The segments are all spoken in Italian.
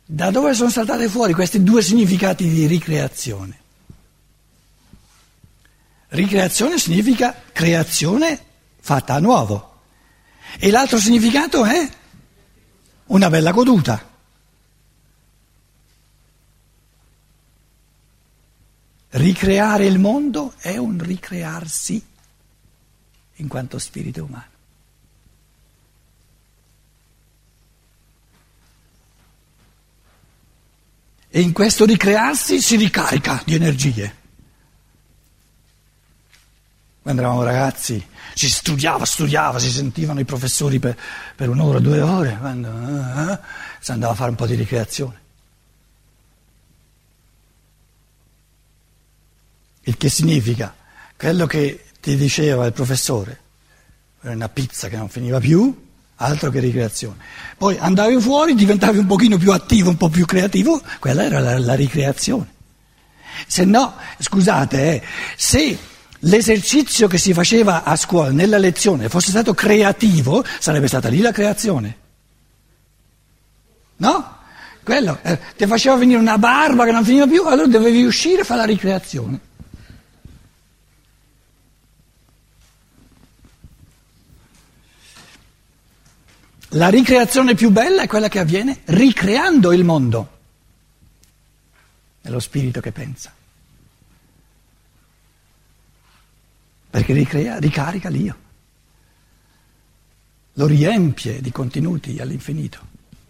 Da dove sono saltate fuori questi due significati di ricreazione? Ricreazione significa creazione fatta a nuovo e l'altro significato è una bella goduta. Ricreare il mondo è un ricrearsi in quanto spirito umano. E in questo ricrearsi si ricarica di energie. Quando eravamo ragazzi si studiava, si sentivano i professori per 1 ora, 2 ore, quando si andava a fare un po' di ricreazione. Il che significa, quello che ti diceva il professore, una pizza che non finiva più, altro che ricreazione. Poi andavi fuori, diventavi un pochino più attivo, un po' più creativo, quella era la ricreazione. Se no, scusate, se l'esercizio che si faceva a scuola, nella lezione, fosse stato creativo, sarebbe stata lì la creazione. No? Quello ti faceva venire una barba che non finiva più, allora dovevi uscire e fare la ricreazione. La ricreazione più bella è quella che avviene ricreando il mondo. È lo spirito che pensa. Perché ricarica l'io. Lo riempie di contenuti all'infinito.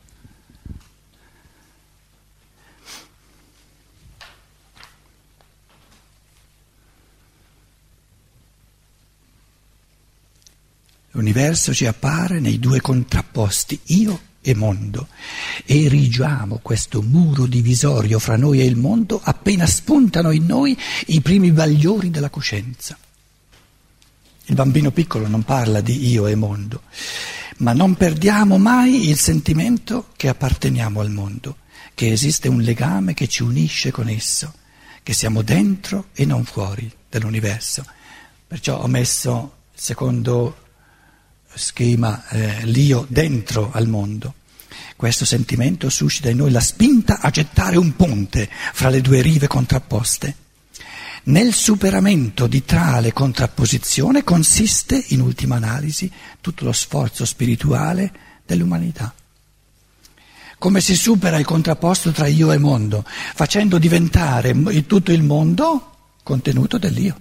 L'universo ci appare nei due contrapposti, io e mondo, e erigiamo questo muro divisorio fra noi e il mondo appena spuntano in noi i primi bagliori della coscienza. Il bambino piccolo non parla di io e mondo, ma non perdiamo mai il sentimento che apparteniamo al mondo, che esiste un legame che ci unisce con esso, che siamo dentro e non fuori dell'universo. Perciò ho messo il secondo schema, l'io dentro al mondo. Questo sentimento suscita in noi la spinta a gettare un ponte fra le due rive contrapposte. Nel superamento di tale contrapposizione consiste, in ultima analisi, tutto lo sforzo spirituale dell'umanità. Come si supera il contrapposto tra io e mondo? Facendo diventare tutto il mondo contenuto dell'io.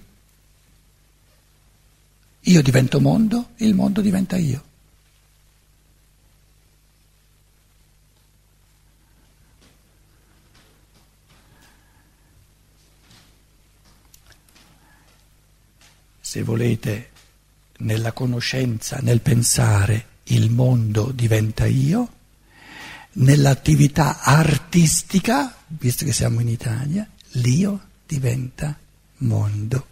Io divento mondo, il mondo diventa io. Se volete, nella conoscenza, nel pensare, il mondo diventa io, nell'attività artistica, visto che siamo in Italia, l'io diventa mondo.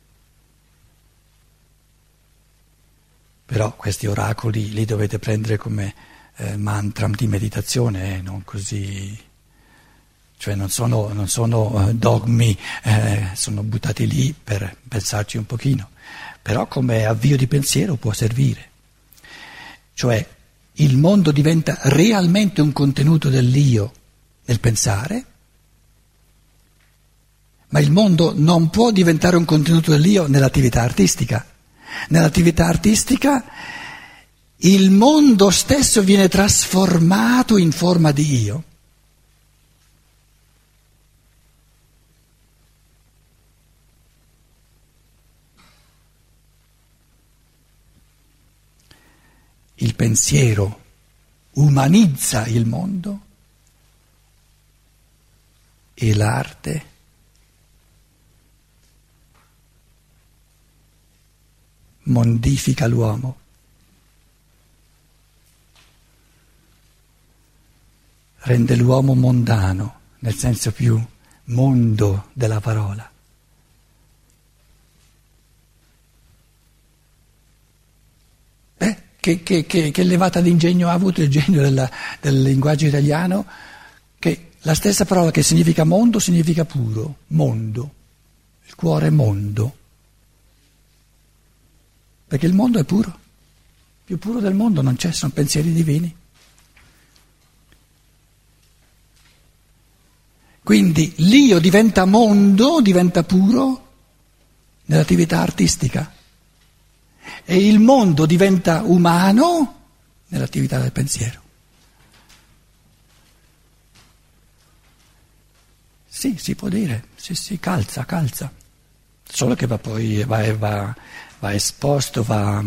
Però questi oracoli li dovete prendere come mantra di meditazione, non così, cioè non sono dogmi, sono buttati lì per pensarci un pochino, però come avvio di pensiero può servire. Cioè il mondo diventa realmente un contenuto dell'io nel pensare, ma il mondo non può diventare un contenuto dell'io nell'attività artistica. Nell'attività artistica il mondo stesso viene trasformato in forma di io. Il pensiero umanizza il mondo e l'arte mondifica l'uomo. Rende l'uomo mondano, nel senso più mondo della parola. Che levata d'ingegno ha avuto il genio del linguaggio italiano, che la stessa parola che significa mondo significa puro, mondo, il cuore è mondo. Perché il mondo è puro, più puro del mondo non c'è, sono pensieri divini. Quindi l'io diventa mondo, diventa puro nell'attività artistica e il mondo diventa umano nell'attività del pensiero. Sì, si può dire, sì, calza. Solo che va esposto, va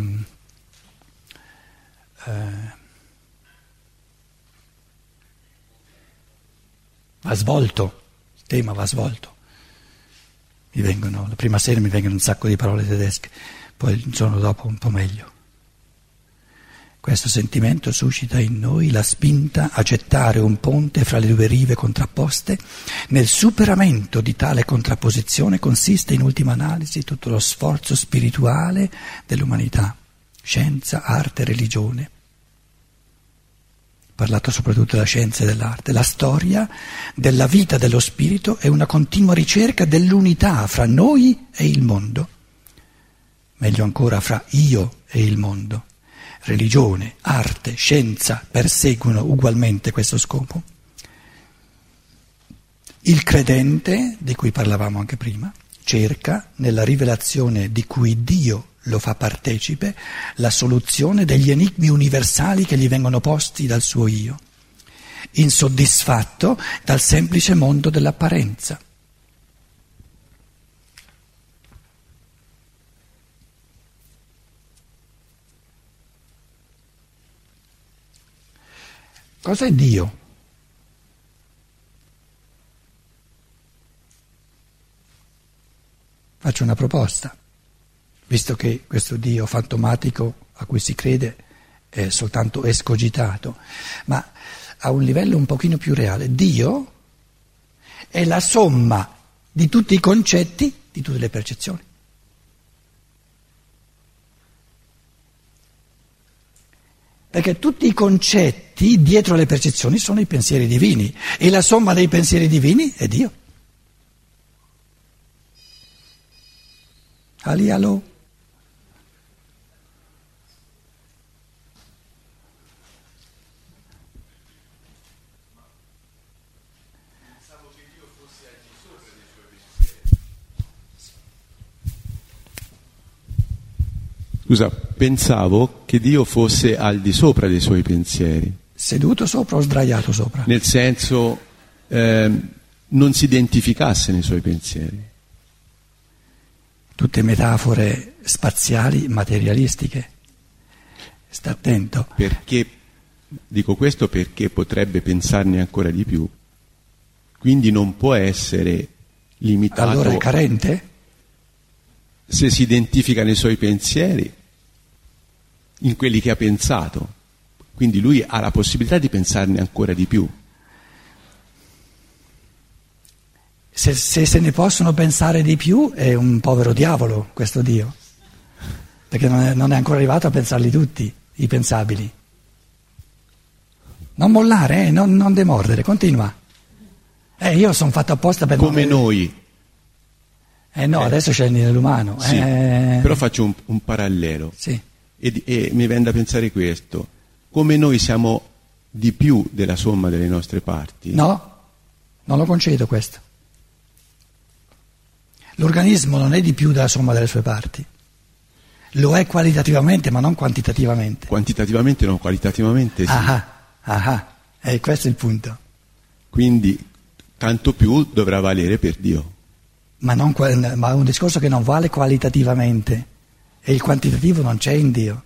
svolto, il tema va svolto. La prima sera mi vengono un sacco di parole tedesche, poi il giorno dopo un po' meglio. Questo sentimento suscita in noi la spinta a gettare un ponte fra le due rive contrapposte. Nel superamento di tale contrapposizione consiste in ultima analisi tutto lo sforzo spirituale dell'umanità, scienza, arte, religione. Parlato soprattutto della scienza e dell'arte. La storia della vita dello spirito è una continua ricerca dell'unità fra noi e il mondo, meglio ancora fra io e il mondo. Religione, arte, scienza perseguono ugualmente questo scopo. Il credente, di cui parlavamo anche prima, cerca, nella rivelazione di cui Dio lo fa partecipe, la soluzione degli enigmi universali che gli vengono posti dal suo io, insoddisfatto dal semplice mondo dell'apparenza. Cos'è Dio? Faccio una proposta, visto che questo Dio fantomatico a cui si crede è soltanto escogitato, ma a un livello un pochino più reale. Dio è la somma di tutti i concetti, di tutte le percezioni. Perché tutti i concetti dietro le percezioni sono i pensieri divini e la somma dei pensieri divini è Dio. Allo. Pensavo che Dio fosse al di sopra dei suoi pensieri. Scusa, pensavo che Dio fosse al di sopra dei suoi pensieri. Seduto sopra o sdraiato sopra? Nel senso, non si identificasse nei suoi pensieri. Tutte metafore spaziali, materialistiche. Sta attento. Perché, dico questo perché potrebbe pensarne ancora di più. Quindi non può essere limitato. Allora è carente? Se si identifica nei suoi pensieri, in quelli che ha pensato. Quindi lui ha la possibilità di pensarne ancora di più. Se se ne possono pensare di più è un povero diavolo questo Dio, perché non è ancora arrivato a pensarli tutti, i pensabili. Non mollare, non demordere, continua. Io sono fatto apposta per... Come noi. No, adesso scendi nell'umano. Sì, però faccio un parallelo. Sì. E mi viene da pensare questo. Come noi siamo di più della somma delle nostre parti. No, non lo concedo questo. L'organismo non è di più della somma delle sue parti. Lo è qualitativamente, ma non quantitativamente. Quantitativamente no, qualitativamente sì. Questo è il punto. Quindi tanto più dovrà valere per Dio. Ma è un discorso che non vale qualitativamente e il quantitativo non c'è in Dio.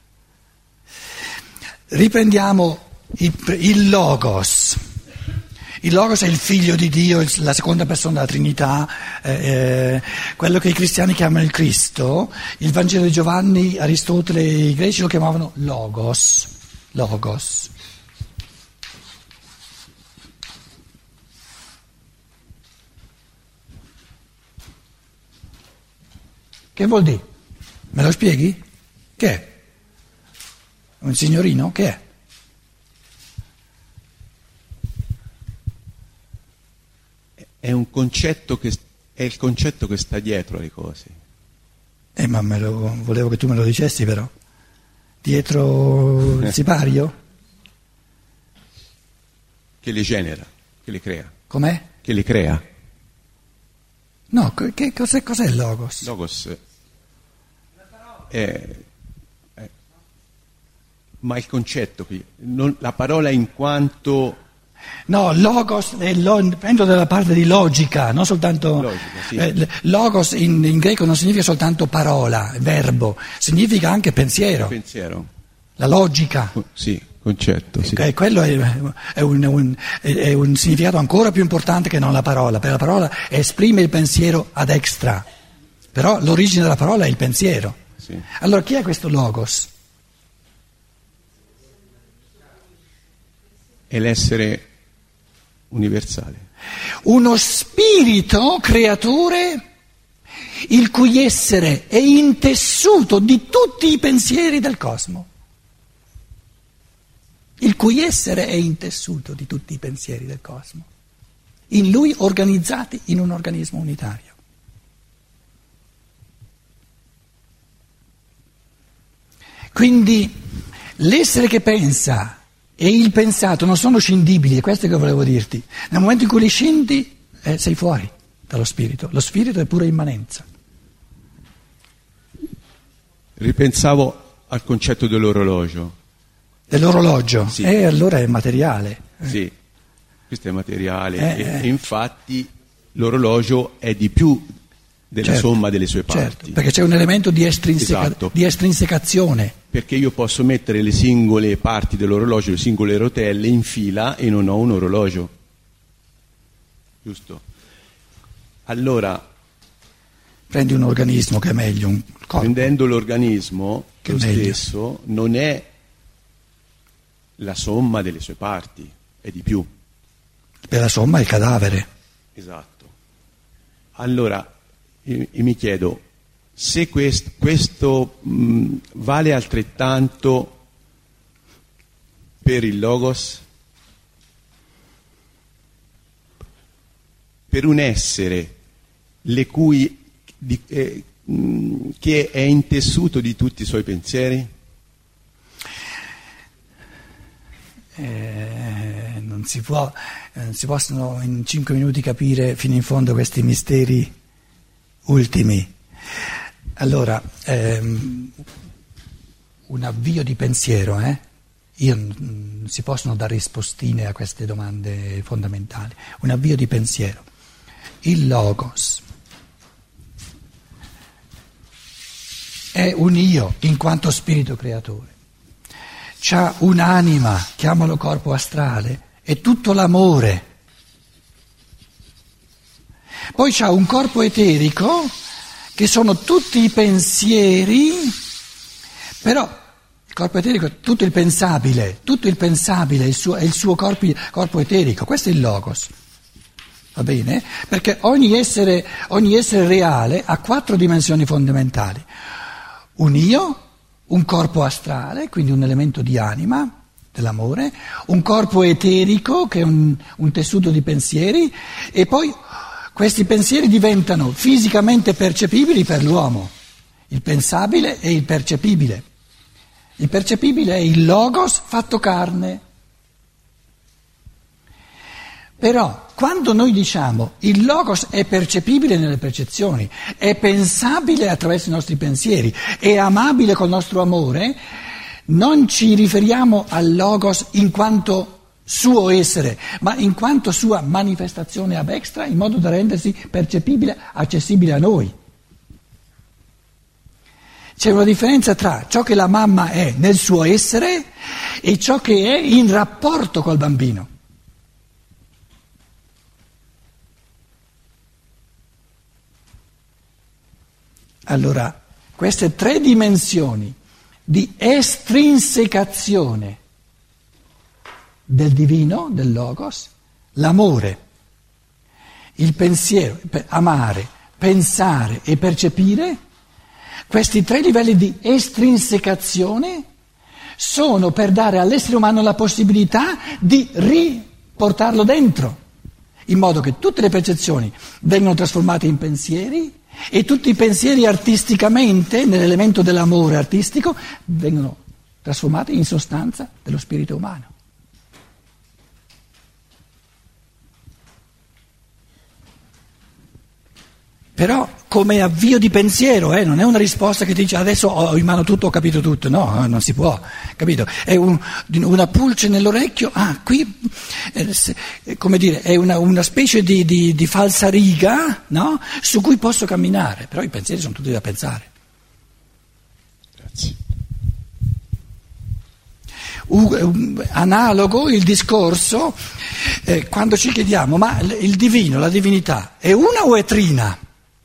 Riprendiamo il Logos. Il Logos è il figlio di Dio, la seconda persona della Trinità, quello che i cristiani chiamano il Cristo. Il Vangelo di Giovanni, Aristotele e i greci lo chiamavano Logos. Logos. Che vuol dire? Me lo spieghi? Che è? Un signorino? Che è? È un concetto è il concetto che sta dietro alle cose. Ma volevo che tu me lo dicessi però. Dietro il sipario? Che le genera, che le crea. Com'è? che le crea. No, cos'è il logos? Logos ma il concetto qui, la parola in quanto... No, logos, prendo dalla parte di logica, non soltanto... Logica, sì. Logos in greco non significa soltanto parola, verbo, significa anche pensiero. Pensiero. La logica. Sì, concetto, sì. Quello è un significato ancora più importante che non la parola, perché la parola esprime il pensiero ad extra, però l'origine della parola è il pensiero. Sì. Allora chi è questo logos? È l'essere universale. Uno spirito creatore il cui essere è intessuto di tutti i pensieri del cosmo. Il cui essere è intessuto di tutti i pensieri del cosmo. In lui organizzati in un organismo unitario. Quindi l'essere che pensa e il pensato non sono scindibili, è questo che volevo dirti. Nel momento in cui li scendi, sei fuori dallo spirito. Lo spirito è pura immanenza. Ripensavo al concetto dell'orologio. Dell'orologio? Sì. Allora è materiale. Sì, questo è materiale. E infatti l'orologio è di più della somma delle sue parti. Certo, perché c'è un elemento di Esatto. di estrinsecazione. Perché io posso mettere le singole parti dell'orologio, le singole rotelle in fila e non ho un orologio. Giusto? Allora, prendi un organismo che è meglio, un corpo. Prendendo l'organismo, Che lo meglio. stesso non è la somma delle sue parti, è di più. Per la somma è il cadavere. Esatto. Allora, io mi chiedo, se questo vale altrettanto per il Logos? Per un essere che è intessuto di tutti i suoi pensieri? Non si possono in 5 minuti capire fino in fondo questi misteri ultimi. Allora, un avvio di pensiero, non si possono dare rispostine a queste domande fondamentali. Un avvio di pensiero. Il Logos è un io in quanto spirito creatore. C'ha un'anima, chiamalo corpo astrale, è tutto l'amore. Poi c'ha un corpo eterico che sono tutti i pensieri, però il corpo eterico è tutto il pensabile, è il suo corpo eterico, questo è il Logos. Va bene? Perché ogni essere reale ha 4 dimensioni fondamentali. Un io, un corpo astrale, quindi un elemento di anima, dell'amore, un corpo eterico che è un tessuto di pensieri e poi questi pensieri diventano fisicamente percepibili per l'uomo, il pensabile e il percepibile. Il percepibile è il Logos fatto carne. Però quando noi diciamo il Logos è percepibile nelle percezioni, è pensabile attraverso i nostri pensieri, è amabile col nostro amore, non ci riferiamo al Logos in quanto suo essere, ma in quanto sua manifestazione ab extra, in modo da rendersi percepibile, accessibile a noi. C'è una differenza tra ciò che la mamma è nel suo essere e ciò che è in rapporto col bambino. Allora, queste 3 dimensioni di estrinsecazione del divino, del Logos, l'amore, il pensiero, amare, pensare e percepire, questi 3 livelli di estrinsecazione sono per dare all'essere umano la possibilità di riportarlo dentro, in modo che tutte le percezioni vengano trasformate in pensieri e tutti i pensieri artisticamente, nell'elemento dell'amore artistico, vengono trasformati in sostanza dello spirito umano. Però come avvio di pensiero, non è una risposta che ti dice adesso ho in mano tutto, ho capito tutto, no, non si può, capito? È una pulce nell'orecchio, qui, come dire, è una specie di falsariga, no? Su cui posso camminare, però i pensieri sono tutti da pensare. Grazie. Analogo il discorso quando ci chiediamo ma il divino, la divinità è una o è trina?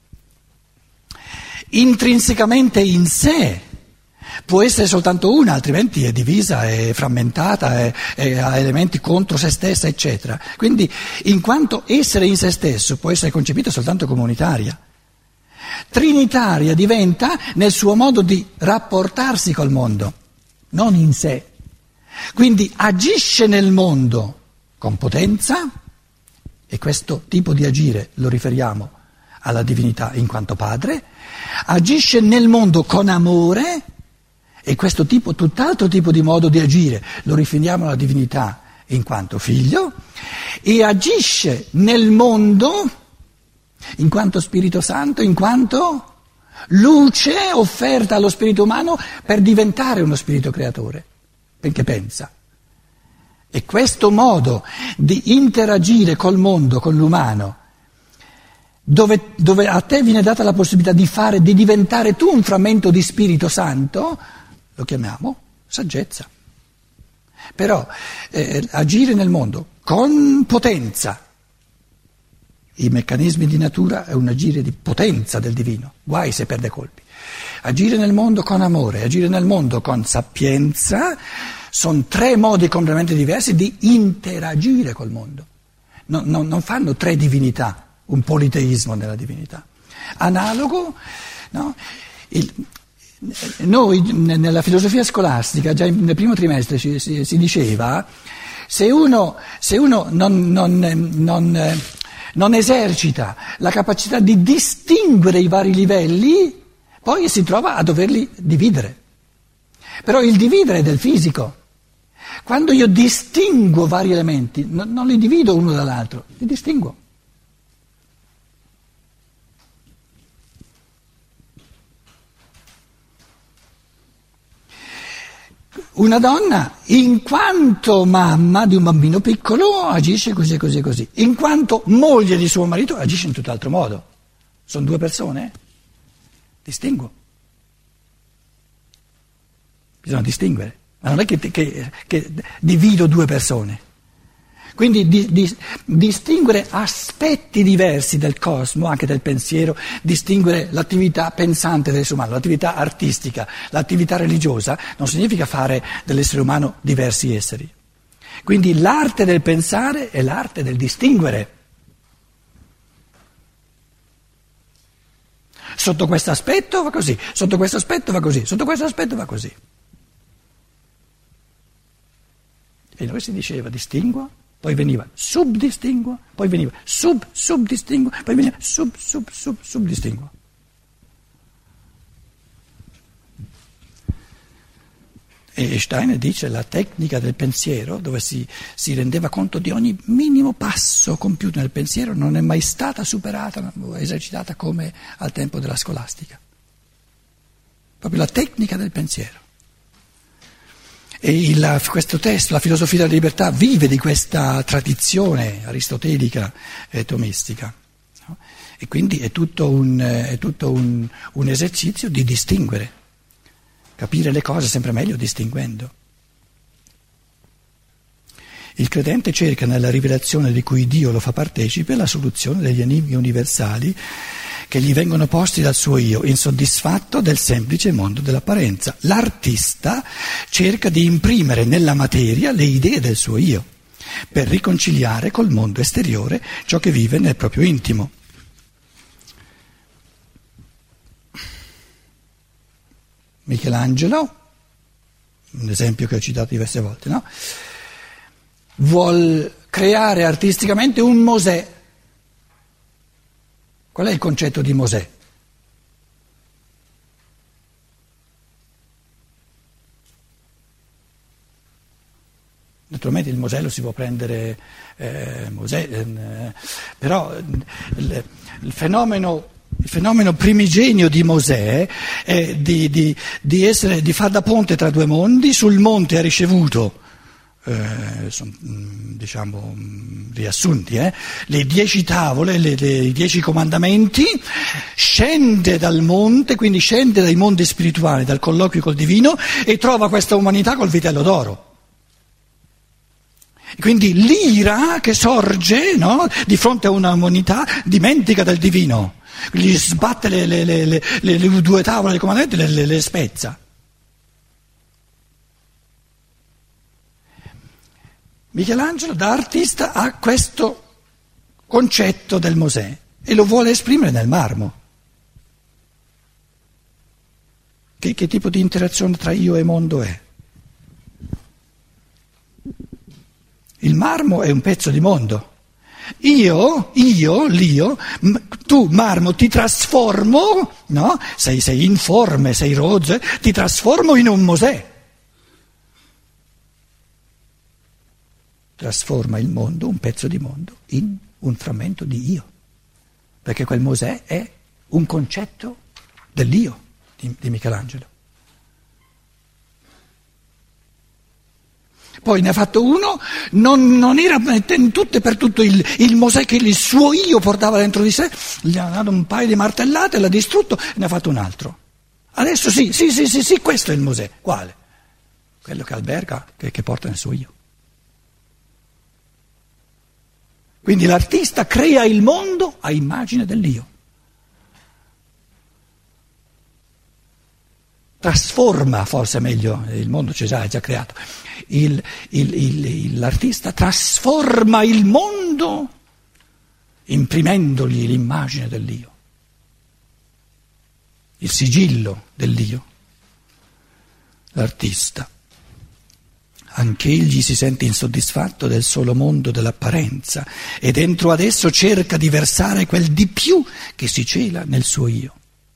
Intrinsecamente in sé può essere soltanto una, altrimenti è divisa, è frammentata, ha elementi contro se stessa, eccetera. Quindi in quanto essere in se stesso può essere concepita soltanto come unitaria. Trinitaria diventa nel suo modo di rapportarsi col mondo, non in sé. Quindi agisce nel mondo con potenza, e questo tipo di agire lo riferiamo alla divinità in quanto padre, agisce nel mondo con amore, e questo tipo, tutt'altro tipo di modo di agire lo riferiamo alla divinità in quanto figlio, e agisce nel mondo in quanto Spirito Santo, in quanto luce offerta allo spirito umano per diventare uno spirito creatore. Perché pensa. E questo modo di interagire col mondo, con l'umano, dove a te viene data la possibilità di diventare tu un frammento di Spirito Santo, lo chiamiamo saggezza. Però agire nel mondo con potenza, i meccanismi di natura è un agire di potenza del divino, guai se perde colpi. Agire nel mondo con amore, agire nel mondo con sapienza, sono tre modi completamente diversi di interagire col mondo. Non fanno tre divinità, un politeismo nella divinità. Analogo, no? Noi nella filosofia scolastica, già nel primo trimestre si diceva, se uno non esercita la capacità di distinguere i vari livelli, poi si trova a doverli dividere. Però il dividere è del fisico. Quando io distinguo vari elementi, non li divido uno dall'altro, li distinguo. Una donna, in quanto mamma di un bambino piccolo, agisce così, così, così. In quanto moglie di suo marito, agisce in tutt'altro modo. Sono due persone? Distinguo. Bisogna distinguere, ma non è che divido due persone. Quindi distinguere aspetti diversi del cosmo, anche del pensiero, distinguere l'attività pensante dell'essere umano, l'attività artistica, l'attività religiosa, non significa fare dell'essere umano diversi esseri. Quindi l'arte del pensare è l'arte del distinguere. Sotto questo aspetto va così, sotto questo aspetto va così, sotto questo aspetto va così. E noi si diceva distinguo, poi veniva subdistinguo, poi veniva subdistinguo, poi veniva subdistinguo. E Steiner dice la tecnica del pensiero, dove si rendeva conto di ogni minimo passo compiuto nel pensiero, non è mai stata superata o esercitata come al tempo della scolastica. Proprio la tecnica del pensiero. E questo testo, la filosofia della libertà, vive di questa tradizione aristotelica e tomistica, no? E quindi è tutto un esercizio di distinguere, capire le cose sempre meglio distinguendo. Il credente cerca nella rivelazione di cui Dio lo fa partecipe la soluzione degli enigmi universali che gli vengono posti dal suo io, insoddisfatto del semplice mondo dell'apparenza. L'artista cerca di imprimere nella materia le idee del suo io, per riconciliare col mondo esteriore ciò che vive nel proprio intimo. Michelangelo, un esempio che ho citato diverse volte, no? Vuol creare artisticamente un Mosè. Qual è il concetto di Mosè? Naturalmente il Mosè lo si può prendere, però il fenomeno Il fenomeno primigenio di Mosè è di far da ponte tra due mondi. Sul monte ha ricevuto, diciamo riassunti, le 10 tavole, i 10 comandamenti, scende dal monte, quindi scende dai mondi spirituali, dal colloquio col divino, e trova questa umanità col vitello d'oro. Quindi l'ira che sorge, no, di fronte a una umanità dimentica del divino, gli sbatte le 2 tavole dei comandamenti, le spezza. Michelangelo da artista ha questo concetto del Mosè e lo vuole esprimere nel marmo. Che tipo di interazione tra io e mondo è? Il marmo è un pezzo di mondo. Io, l'io, tu marmo ti trasformo, no? Sei informe, sei rozzo, ti trasformo in un Mosè. Trasforma il mondo, un pezzo di mondo, in un frammento di io. Perché quel Mosè è un concetto dell'io di Michelangelo. Poi ne ha fatto uno, non era tutto e per tutto il Mosè che il suo io portava dentro di sé, gli ha dato un paio di martellate, l'ha distrutto e ne ha fatto un altro. Adesso sì, questo è il Mosè. Quale? Quello che alberga, che porta nel suo io. Quindi l'artista crea il mondo a immagine dell'io. Trasforma, forse meglio, il mondo c'è già, è già creato. L'artista trasforma il mondo imprimendogli l'immagine dell'io, il sigillo dell'io. L'artista, anch'egli si sente insoddisfatto del solo mondo dell'apparenza e dentro ad esso cerca di versare quel di più che si cela nel suo io.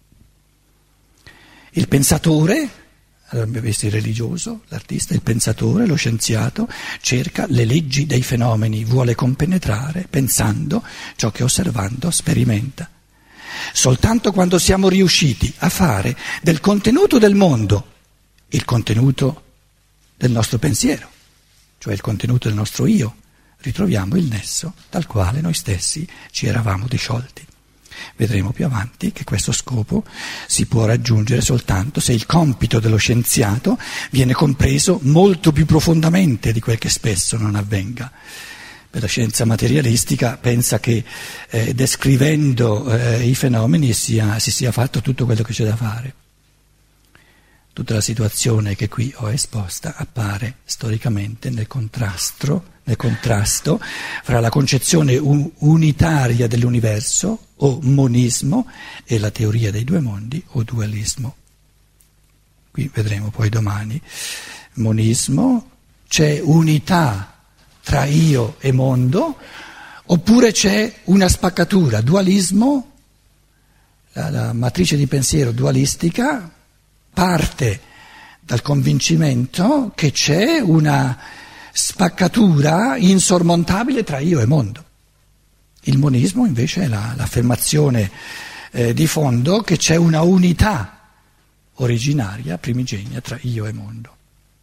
Il pensatore, allora dobbiamo essere religioso, l'artista, il pensatore, lo scienziato, cerca le leggi dei fenomeni, vuole compenetrare pensando ciò che osservando sperimenta. Soltanto quando siamo riusciti a fare del contenuto del mondo il contenuto del nostro pensiero, cioè il contenuto del nostro io, ritroviamo il nesso dal quale noi stessi ci eravamo disciolti. Vedremo più avanti che questo scopo si può raggiungere soltanto se il compito dello scienziato viene compreso molto più profondamente di quel che spesso non avvenga. Per la scienza materialistica pensa che descrivendo i fenomeni si sia fatto tutto quello che c'è da fare. Tutta la situazione che qui ho esposta appare storicamente nel contrasto fra la concezione unitaria dell'universo o monismo e la teoria dei due mondi o dualismo. Qui vedremo poi domani. Monismo, c'è unità tra io e mondo, oppure c'è una spaccatura. Dualismo, la matrice di pensiero dualistica parte dal convincimento che c'è una spaccatura insormontabile tra io e mondo. Il monismo invece è l'affermazione di fondo che c'è una unità originaria, primigenia tra io e mondo.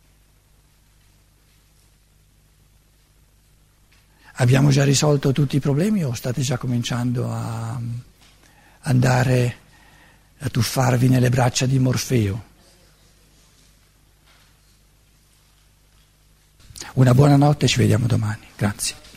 Abbiamo già risolto tutti i problemi o state già cominciando a andare a tuffarvi nelle braccia di Morfeo? Una buona notte, ci vediamo domani. Grazie.